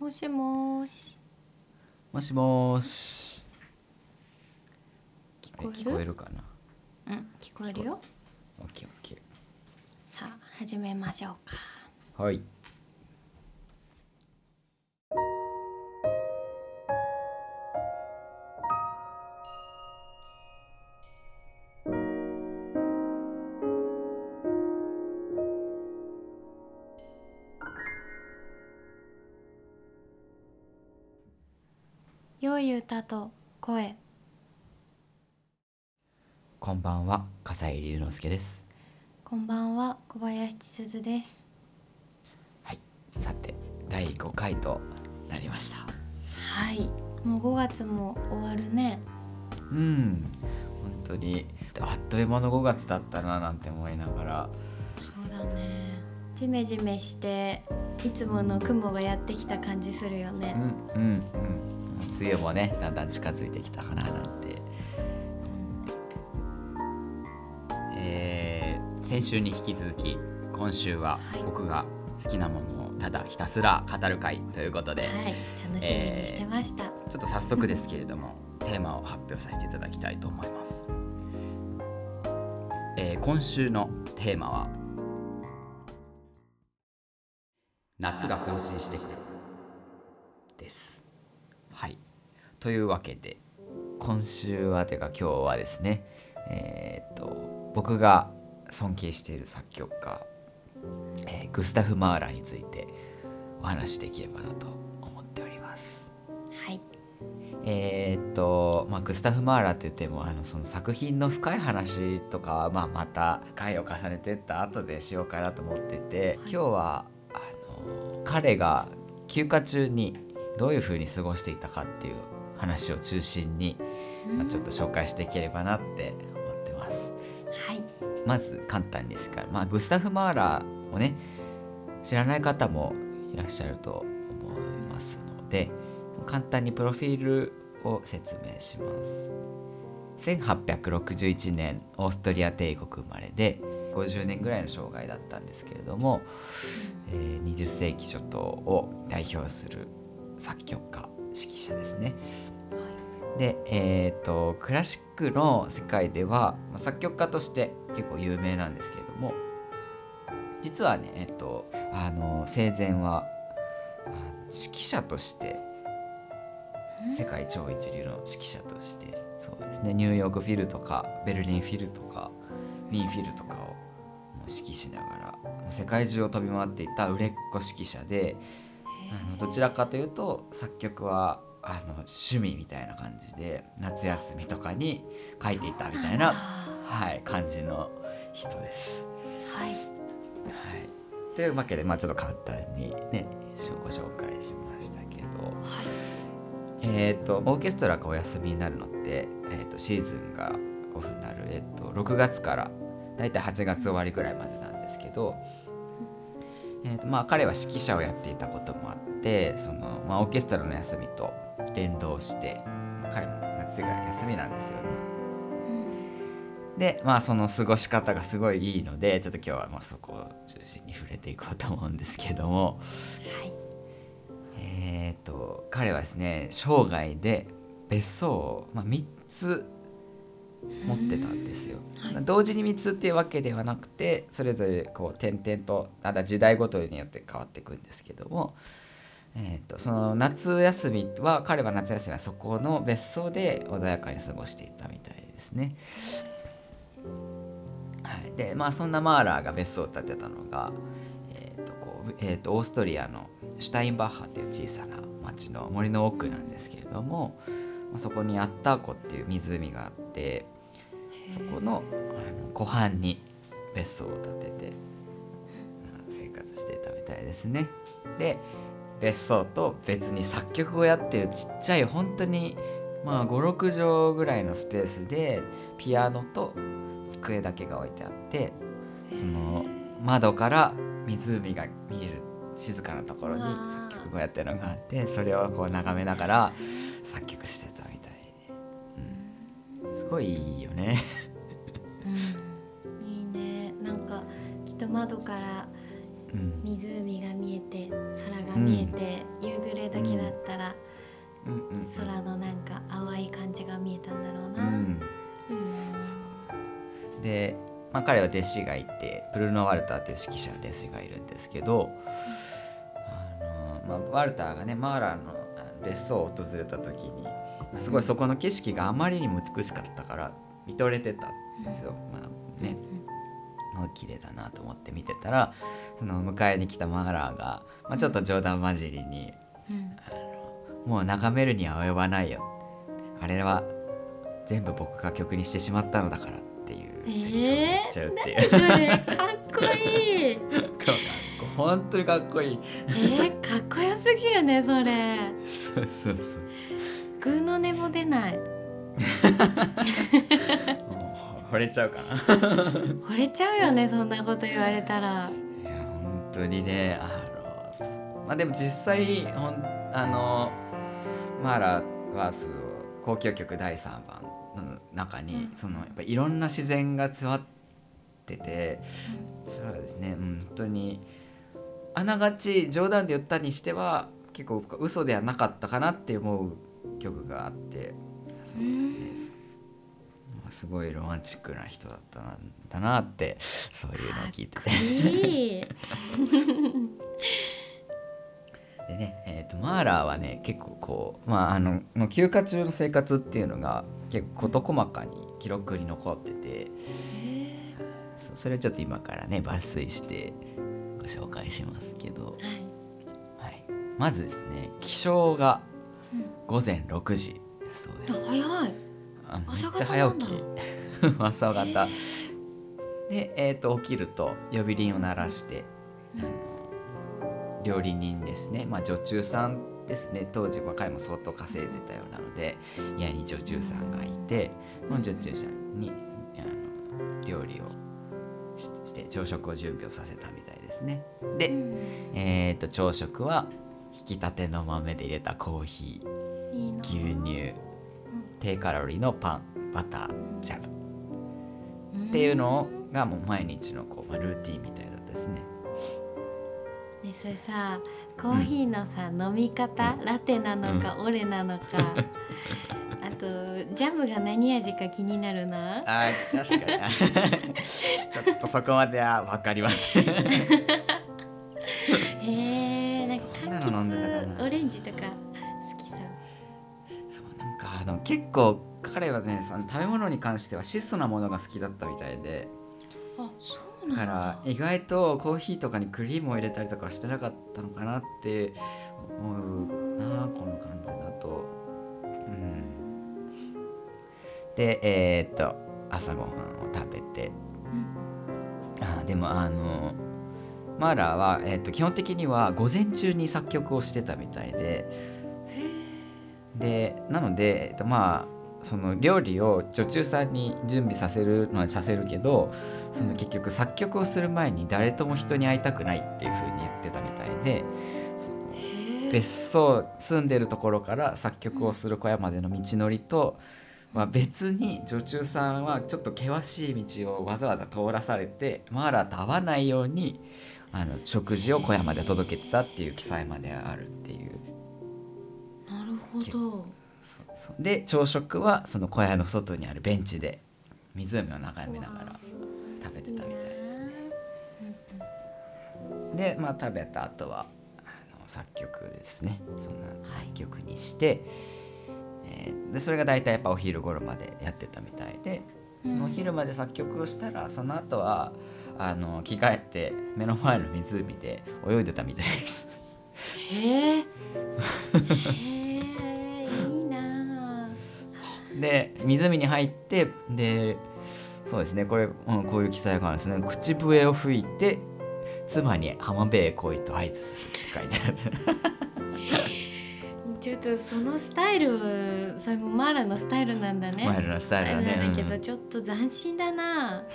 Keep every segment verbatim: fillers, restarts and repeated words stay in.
もしもーし。 もしもーし。 聞こえる？ 聞こえるかな？ うん、聞こえるよ。 オッケーオッケさあ始めましょうか。 ー。はい。 良い歌と声。 こんばんは、笠入龍之介です。 こんばんは、小林千鈴です。 はい。さて、だいごかいとなりました。 はい、もうごがつも終わるね。 うん。本当にあっという間のごがつだったななんて思いながら。 そうだね。ジメジメしていつもの雲がやってきた感じするよね。 うんうんうん。梅雨もね、だんだん近づいてきたかななんて。えー、先週に引き続き今週は僕が好きなものをただひたすら語る会ということで、 はい、楽しみにしてました。 えーちょっと早速ですけれどもテーマを発表させていただきたいと思います。えー今週のテーマは夏が更新してきたです。はい。というわけで今週はてか今日はですね、えーっと僕が尊敬している作曲家、えーグスタフ・マーラーについてお話しできればなと思っております。 はい。 えーっと、まあ、グスタフ・マーラーといってもあのその作品の深い話とかは、まあ、また回を重ねていった後でしようかなと思ってて、今日はあの彼が休暇中にどういう風に過ごしていたかっていう話を中心に、まあ、ちょっと紹介していければなって思ってます。 はい。 まず簡単ですが、まあ、グスタフ・マーラーをね知らない方もいらっしゃると思いますので簡単にプロフィールを説明します。せんはっぴゃくろくじゅういちねんオーストリア帝国生まれでごじゅうねんぐらいの生涯だったんですけれども、えー、にじゅっせいき初頭を代表する作曲家指揮者ですね。で、えー、とクラシックの世界では、まあ、作曲家として結構有名なんですけれども実はね、えっと、あの生前はあの指揮者として世界超一流の指揮者としてそうですねニューヨークフィルとかベルリンフィルとかウィーンフィルとかをもう指揮しながらもう世界中を飛び回っていた売れっ子指揮者であのどちらかというと作曲はあの趣味みたいな感じで夏休みとかに書いていたみたいな、はい、感じの人です。 はい。 はい、というわけで、まあ、ちょっと簡単にねご紹介しましたけど、えー、とオーケストラがお休みになるのって、えー、とシーズンがオフになる、えー、とろくがつからだいたいはちがつ終わりぐらいまでなんですけど、えーとまあ、彼は指揮者をやっていたこともあってその、まあ、オーケストラの休みと連動して彼も夏が休みなんですよね。でまあその過ごし方がすごいいいのでちょっと今日はまあそこを中心に触れていこうと思うんですけども、 はい。 えー、と彼はですね生涯で別荘を、まあ、みっつ持ってたんですよ、はい、同時にみっつっていうわけではなくてそれぞれこう点々とただ時代ごとによって変わっていくんですけども、えー、とその夏休みは彼は夏休みはそこの別荘で穏やかに過ごしていたみたいですね。はい、でまあそんなマーラーが別荘を建てたのが、えーとこうえー、とオーストリアのシュタインバッハっていう小さな町の森の奥なんですけれども、まあ、そこにアッター湖っていう湖があってそこの、あの湖畔に別荘を建てて生活していたみたいですね。で別荘と別に作曲小屋っていうちっちゃい本当にまあごろくじょうぐらいのスペースでピアノと机だけが置いてあってその窓から湖が見える静かなところに作曲小屋っていうのがあってそれをこう眺めながら作曲してたみたいで、うん、すごいいいよね、 うん、いいね。なんかきっと窓からうん、 湖が見えて空が見えて、うん、夕暮れ時だったら、うんうんうん、空のなんか淡い感じが見えたんだろうな、うん、いいな。 そうで、まあ、彼は弟子がいてブルーノ・ワルターという指揮者の弟子がいるんですけど、あの、まあ、ワルターがねマーラーの別荘を訪れた時にすごいそこの景色があまりにも美しかったから見とれてたんですよ、まあね、綺麗だなと思って見てたら、その迎えに来たマーラーが、まあ、ちょっと冗談交じりに、うん、あのもう眺めるには及ばないよ、あれは全部僕が曲にしてしまったのだからっていうセリフを言っちゃうっていう、 えー、それかっこいいかっこ本当にかっこいいえー、かっこよすぎるねそれ。 そうそうそう、 グーの音も出ない惚れちゃうかな惚れちゃうよね、そんなこと言われたら。 いや本当にね、あの、まあ、でも実際ほんあのマーラはその交響曲だいさんばんの中に、うん、そのやっぱいろんな自然が詰まってて、うん、それはですね、うん、本当にあながち冗談で言ったにしては結構嘘ではなかったかなって思う曲があって、そうですね、すごいロマンチックな人だったんだなってそういうのを聞いてていいでね、えーと、マーラーはね結構こう、まあ、あのの休暇中の生活っていうのが結構事細かに記録に残ってて、そ, それをちょっと今からね抜粋してご紹介しますけど、はいはい、まずですね起床がごぜんろくじそうです、うん、 早い、 あめっちゃ早起き朝方で、えー、と起きると呼び鈴を鳴らして、うん、あの料理人ですね、まあ、女中さんですね、当時は彼も相当稼いでたようなので家に女中さんがいて、この女中さんにあの料理をして朝食を準備をさせたみたいですね。で、うん、えー、と朝食は引き立ての豆で入れたコーヒー、いい牛乳、うん、低カロリーのパン、バター、ジャム、うん、っていうのがもう毎日のこう、まあ、ルーティンみたいだったですね。 ね、それさコーヒーのさ、うん、飲み方、ラテなのか、うん、オレなのかあとジャムが何味か気になるな。 あ、確かにちょっとそこまでは分かりませんへえ、なんか柑橘オレンジとか好きそう。 そうなんかあの結構彼はね、その食べ物に関しては質素なものが好きだったみたいで、 あ、そうなんだ。 だから意外とコーヒーとかにクリームを入れたりとかしてなかったのかなって思うな、この感じだと。うん、で、えー、っと朝ごはんを食べて、うん、あでもあのマーラーは、えー、っと基本的には午前中に作曲をしてたみたいで、でなので、えー、っとまあその料理を女中さんに準備させるのはさせるけど、その結局作曲をする前に誰とも人に会いたくないっていう風に言ってたみたいで、その別荘住んでるところから作曲をする小屋までの道のりと、まあ、別に女中さんはちょっと険しい道をわざわざ通らされてマーラーと会わないようにあの食事を小屋まで届けてたっていう記載まであるっていう。 なるほど。 そうそうで朝食はその小屋の外にあるベンチで湖を眺めながら食べてたみたいですね。で、まあ、食べた後はあの作曲ですね。そんな作曲にして、はい、えー、でそれが大体やっぱお昼頃までやってたみたいで、そのお昼まで作曲をしたらその後はあの着替えて目の前の湖で泳いでたみたいです。 へえで湖に入ってでそうですねこれ、うん、こういう記載があるんですね。口笛を吹いて妻に浜辺へ来いと合図するって書いてあるちょっとそのスタイルそれもマーラのスタイルなんだね。 マーラのスタイルだね。 なんだけど、うん、ちょっと斬新だな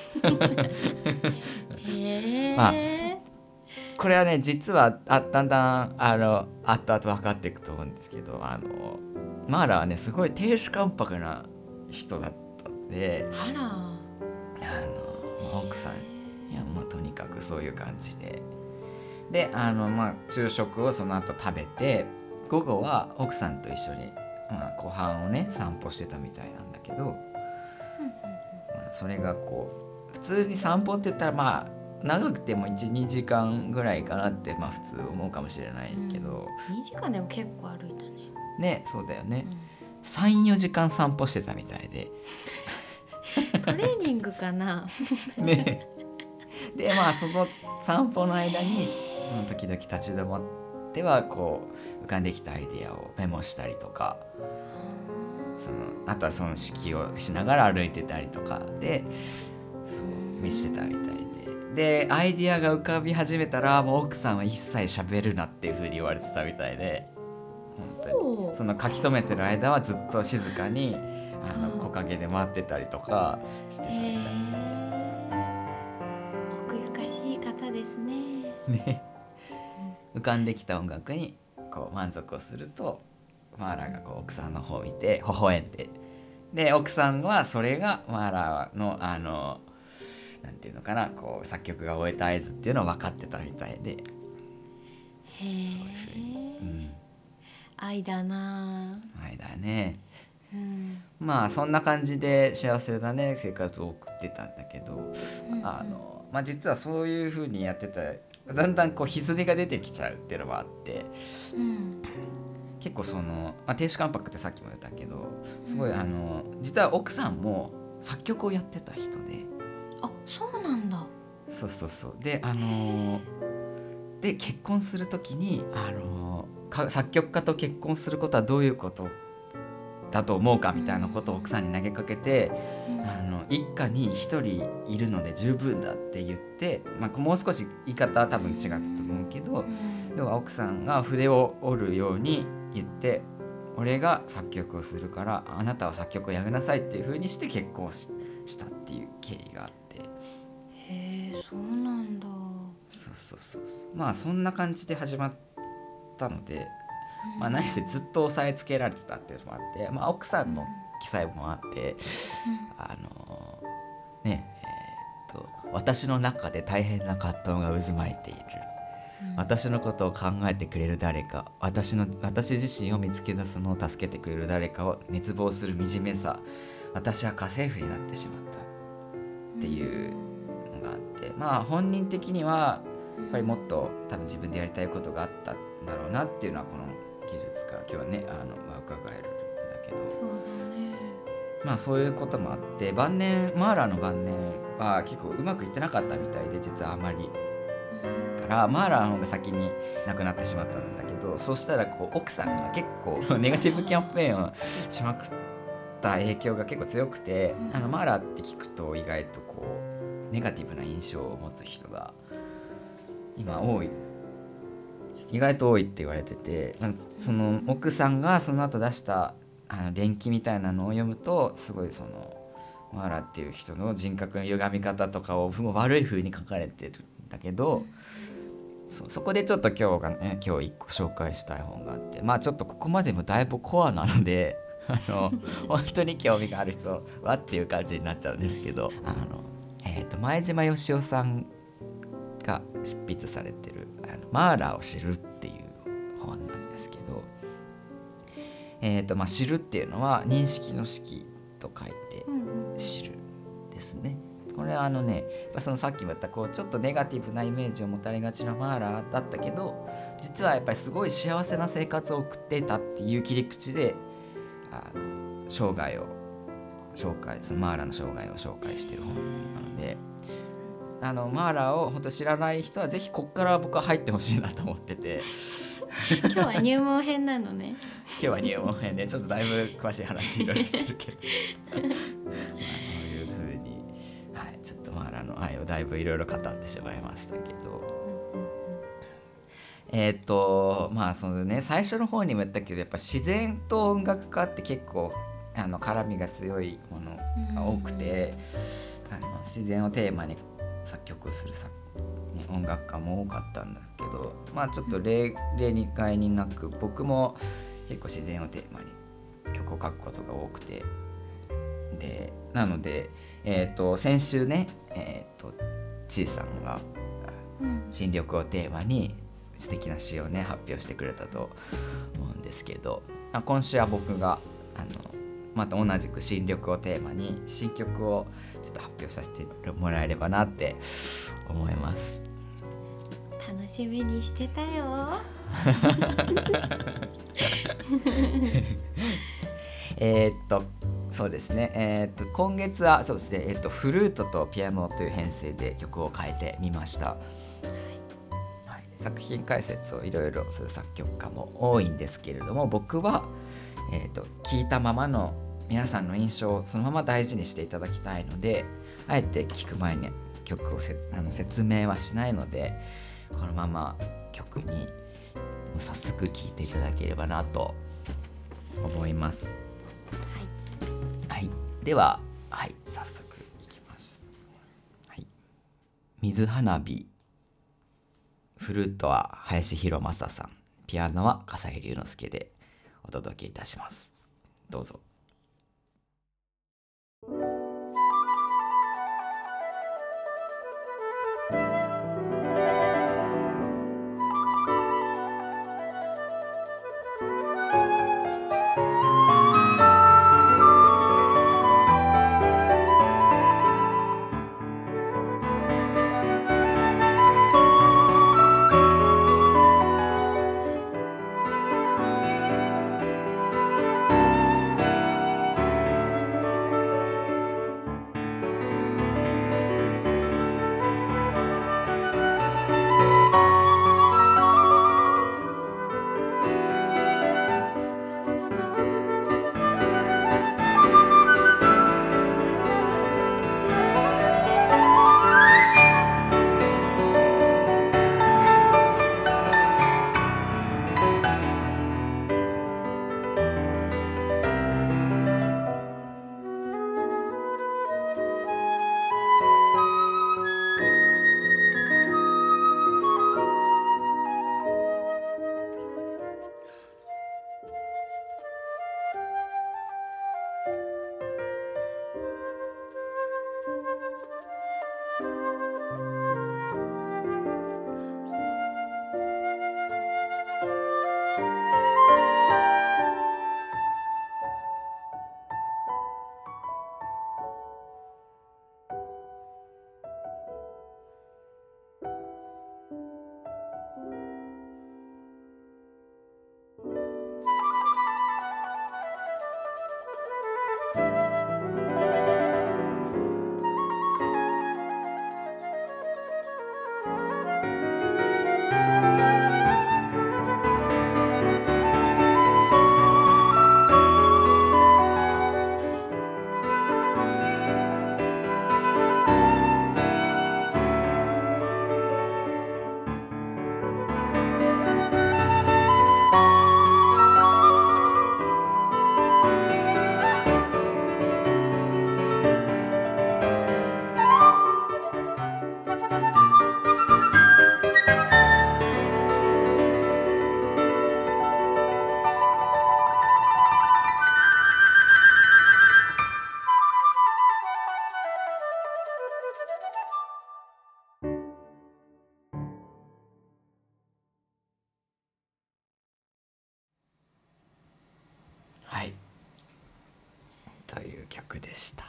へえ、まあ、 これはね実はあだんだんあの後々分かっていくと思うんですけど、あのマーラはねすごい亭主関白な人だったんで、 あら、 あの奥さんいやもうとにかくそういう感じでであの、まあ、昼食をその後食べて午後は奥さんと一緒に、まあ、湖畔をね散歩してたみたいなんだけど、まあ、それがこう普通に散歩って言ったらまあ長くても いち,に 時間ぐらいかなって、まあ、普通思うかもしれないけど、 うん、にじかんでも結構歩いたね。 ね、そうだよね、 うん、 さん、よじかん散歩してたみたいでトレーニングかなねでまあその散歩の間に時々立ち止まってはこう浮かんできたアイデアをメモしたりとか、そのあとはその指揮をしながら歩いてたりとかでそう見してたみたいで、でアイデアが浮かび始めたらもう奥さんは一切喋るなっていう風に言われてたみたいで、本当にその書き留めてる間はずっと静かにあの木陰で待ってたりとかしてたみたい奥ゆかしい方ですね。 ね、浮かんできた音楽にこう満足をするとマーラがこう奥さんの方を見て微笑んで、で奥さんはそれがマーラのあのなんていうのかな、こう作曲が終えた合図っていうのを分かってたみたいで、 へえ、 そういうふうに、うん、 愛だな愛だね、 うん、 まあそんな感じで幸せだね生活を送ってたんだけど、うん、あのまあ実はそういうふうにやってたらだんだんこう歪みが出てきちゃうっていうのもあって、 うん、 結構その、まあ、亭主関白ってさっきも言ったけどすごい、うん、あの実は奥さんも作曲をやってた人で、 あ、そうなんだ。 そうそうそうであので結婚するときにあのか作曲家と結婚することはどういうことだと思うかみたいなことを奥さんに投げかけて、うん、あの一家に一人いるので十分だって言って、まあ、もう少し言い方は多分違ったと思うけど、うん、要は奥さんが筆を折るように言って俺が作曲をするからあなたは作曲をやめなさいっていう風にして結婚 し, したっていう経緯があって、 へえ、そうなんだ。 そうそうそうそう、まあそんな感じで始まったので、まあ、何せずっと押さえつけられてたっていうのもあって、まあ、奥さんの記載もあって、うん、あのねえー、っと私の中で大変な葛藤が渦巻いている、うん、私のことを考えてくれる誰か、私の私自身を見つけ出すのを助けてくれる誰かを熱望する惨めさ、私は家政婦になってしまったっていうのがあって、まあ本人的にはやっぱりもっと多分自分でやりたいことがあったんだろうなっていうのはこの技術から今日はねあの、まあ、伺えるんだけど、 そうだね、 まあそういうこともあって晩年マーラーの晩年は結構うまくいってなかったみたいで、実はあまりからマーラーの方が先に亡くなってしまったんだけど、そうしたらこう奥さんが結構ネガティブキャンペーンをしまくった影響が結構強くて、あのマーラーって聞くと意外とこうネガティブな印象を持つ人が今多い、意外と多いって言われてて、その奥さんがその後出したあの伝記みたいなのを読むとすごいそのマーラっていう人の人格の歪み方とかを悪い風に書かれてるんだけど、そ, そこでちょっと今日がね今日一個紹介したい本があって、まあちょっとここまでもだいぶコアなのであの本当に興味がある人はっていう感じになっちゃうんですけど、あの、えー、と前島義雄さんが執筆されてるあのマーラーを知るっていう本なんですけど、えーとまあ、知るっていうのは認識の識と書いて知るですね。これはあのね、そのさっきも言ったこうちょっとネガティブなイメージを持たれがちなマーラーだったけど、実はやっぱりすごい幸せな生活を送っていたっていう切り口であの生涯を紹介、そのマーラーの生涯を紹介している本なので、あのマーラーを本当知らない人はぜひこっから僕は入ってほしいなと思ってて今日は入門編なのね今日は入門編でちょっとだいぶ詳しい話いろいろしてるけどまあそういう風に、はい、ちょっとマーラーの愛をだいぶいろいろ語ってしまいましたけど、えーっとまあそのね最初の方にも言ったけどやっぱ自然と音楽家って結構あの絡みが強いものが多くて、あの自然をテーマに作曲する作、ね、音楽家も多かったんだけど、まあちょっと例に概になく僕も結構自然をテーマに曲を書くことが多くて、でなので、えー、と先週ね、えー、とちいさんがうん新緑をテーマに素敵な詩をね発表してくれたと思うんですけど、まあ今週は僕があのまた同じく新緑をテーマに新曲をちょっと発表させてもらえればなって思います。 楽しみにしてたよ。 えーっとそうですね、えーっと今月はそうですね、えーっとフルートとピアノという編成で曲を変えてみました。はい、作品解説をいろいろする作曲家も多いんですけれども、僕は、えーっと聴いたままの皆さんの印象をそのまま大事にしていただきたいので、あえて聴く前に曲をせあの説明はしないので、このまま曲にもう早速聴いていただければなと思います。はい、では、はい、早速いきます。はい、水花火、フルートは林弘正さん、ピアノは笠井龍之介でお届けいたします。どうぞ。はい、という曲でした。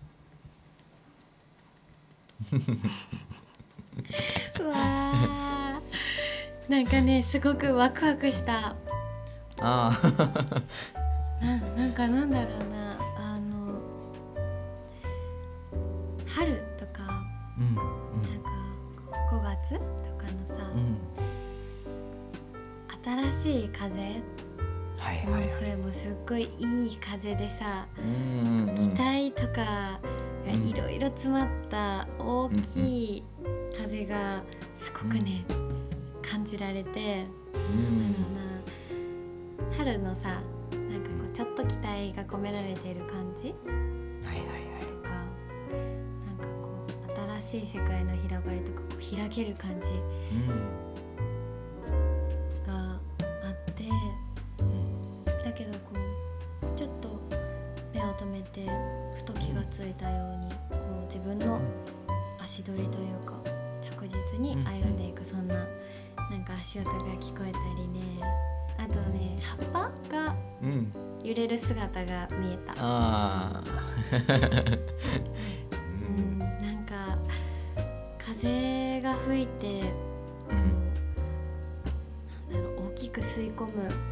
うわー、なんかねすごくワクワクした。 あな, なんかなんだろうな、あの春とか、 うんうんなんかごがつとかのさ、 うん、 新しい風、 はいはいはい、 もうそれもすっごいいい風でさ、 うんうんうん、 期待とかがいろいろ詰まった大きい風がすごくね、うん、感じられて、うん、な春のさ、なんかこうちょっと期待が込められている感じ、 はいはいはい、 とか、なんかこう新しい世界の広がりとかこう開ける感じがあって、うん、だけどこうちょっと目を留めてふと気がついたように、こう自分の足取りというか着実に歩んでいく、そんななんか足音が聞こえたりね、あとね葉っぱが揺れる姿が見えた、 うん、あうん、なんか風が吹いて、 うん、 なんだろう、大きく吸い込む、なんか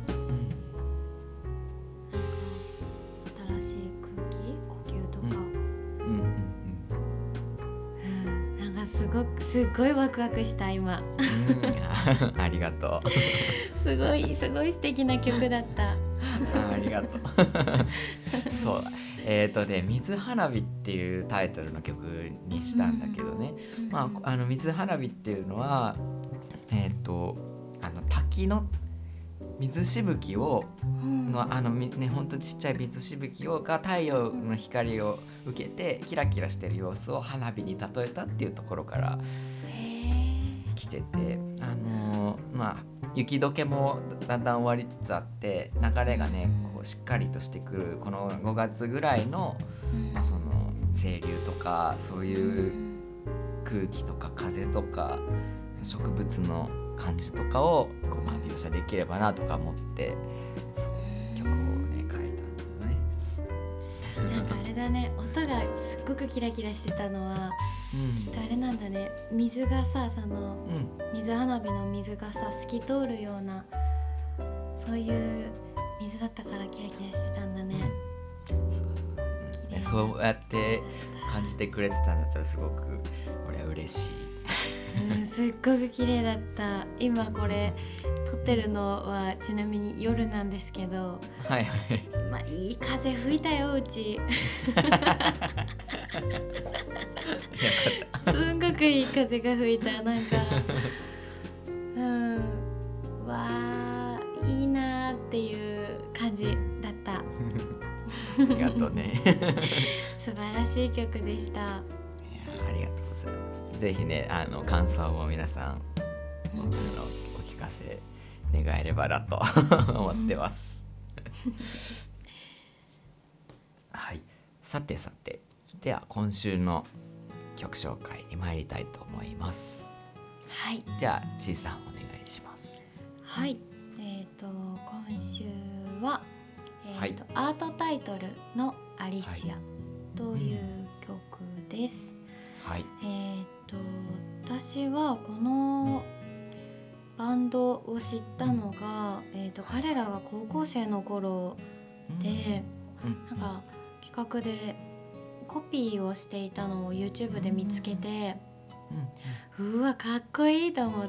新しい空気、呼吸とか、 うんうんうん、なんかすごくすごいワクワクした今。 うん、ありがとう。 すごいすごい素敵な曲だった。 あ, ありがとう。そうえっ、ー、とね水花火っていうタイトルの曲にしたんだけどね、うん、まああの水花火っていうのはえっ、ー、とあの滝の水しぶきを、うん、のあのね本当にちっちゃい水しぶきをが太陽の光を受けてキラキラしてる様子を花火に例えたっていうところから来てて、あのー、まあ雪解けもだんだん終わりつつあって流れがねこうしっかりとしてくるこのごがつぐらいの、まあ、その清流とかそういう空気とか風とか植物の感じとかをこうまあ描写できればなとか思ってそう曲をね書いたんだよね。なんかあれだね、音がすっごくキラキラしてたのは、うん、きっとあれなんだね、水がさ、その、うん、水花火の水がさ透き通るようなそういう水だったからキラキラしてたんだね。 そう、ね、そうやって感じてくれてたんだったらすごく俺は嬉しい。 うん、すっごく綺麗だった。今これ撮ってるのはちなみに夜なんですけど、 はいはい、 まあいい風吹いたようち。すんごくいい風が吹いた。なんかうんわーいいなーっていう感じだった。ありがとうね。 素晴らしい曲でした。いやありがとうございます。ぜひねあの感想も皆さん、うん、あのお聞かせ願えればなと思ってます。はい、さてさてでは今週の曲紹介に参りたいと思います。 はい。 じゃあちいさんお願いします。 はい。えっ、ー、と今週は、えーとはい、アートタイトルのアリシアという曲です。 はい。 えっ、ー、と私はこのバンドを知ったのが、うん、えーと彼らが高校生の頃で、うん、なんか企画でコピーをしていたのを YouTube で見つけて、うん、うわかっこいいと思って、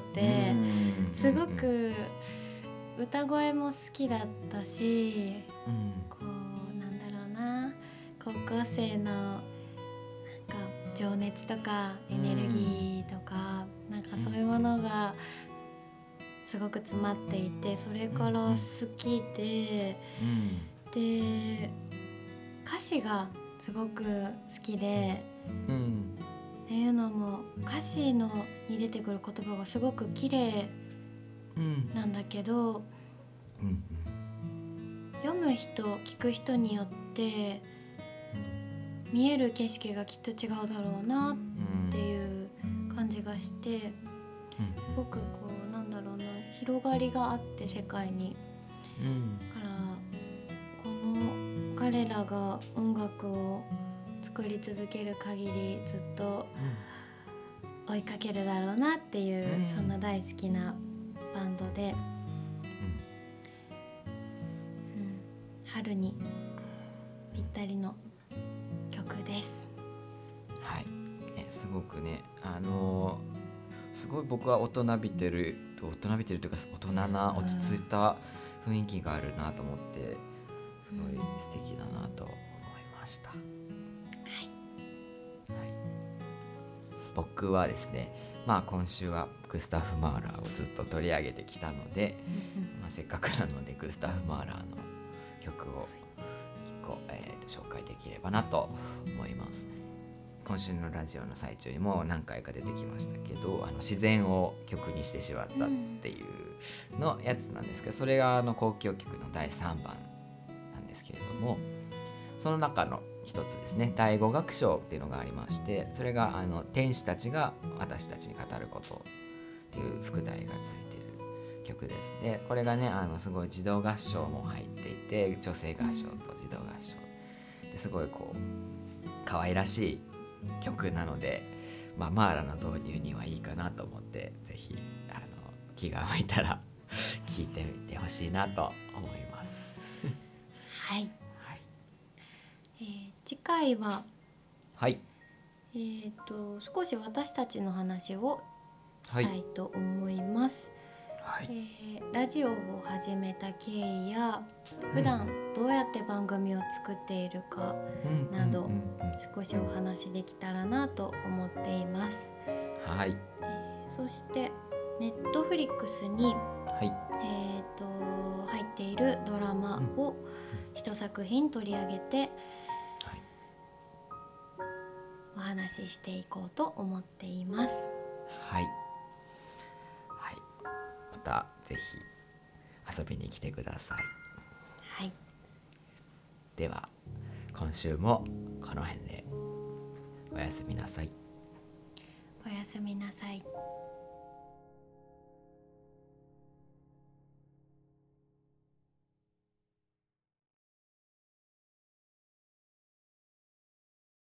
すごく歌声も好きだったし、うん、こうなんだろうな、高校生のなんか情熱とかエネルギーとか、うん、なんかそういうものがすごく詰まっていて、それから好きで、うん、で歌詞がすごく好きで、うん、っていうのも歌詞のに出てくる言葉がすごく綺麗なんだけど、うん、読む人聞く人によって見える景色がきっと違うだろうなっていう感じがして、すごくこうなんだろうな、広がりがあって世界に、うん、からこの彼らが音楽を作り続ける限りずっと追いかけるだろうなっていう、うん、そんな大好きなバンドで、うんうん、春にぴったりの曲です。 はい、えすごくね、あのー、すごい僕は大人びてる大人びてるというか大人な落ち着いた雰囲気があるなと思って、すごい素敵だなと思いました。はいはい、僕はですね、まあ今週はグスタフ・マーラーをずっと取り上げてきたので、まあせっかくなのでグスタフ・マーラーの曲を一個、えー、と紹介できればなと思います。今週のラジオの最中にも何回か出てきましたけど、あの自然を曲にしてしまったっていうのやつなんですけど、それがあの交響曲のだいさんばんなんですけれども、その中の一つですね、第五楽章っていうのがありまして、それがあの天使たちが私たちに語ることっていう副題がついてる曲です。でこれがねあのすごい児童合唱も入っていて、女性合唱と児童合唱ですごいこう可愛らしい曲なので、まあ、マーラの導入にはいいかなと思って、ぜひあの気が向いたら聴いてみてほしいなと思いますはい、 はい、 えー次回は、 はいえー、と少し私たちの話をしたいと思います、 はいえーラジオを始めた経緯や普段どうやって番組を作っているかなど、 うんうんうんうん少しお話できたらなと思っています、 はい、 えーそしてネットフリックスに、 はい、 えー、と入っているドラマを一作品取り上げてはい、 お話ししていこうと思っています。 はい、はい、またぜひ遊びに来てください。 はい、 では今週もこの辺でおやすみなさい。 おやすみなさい。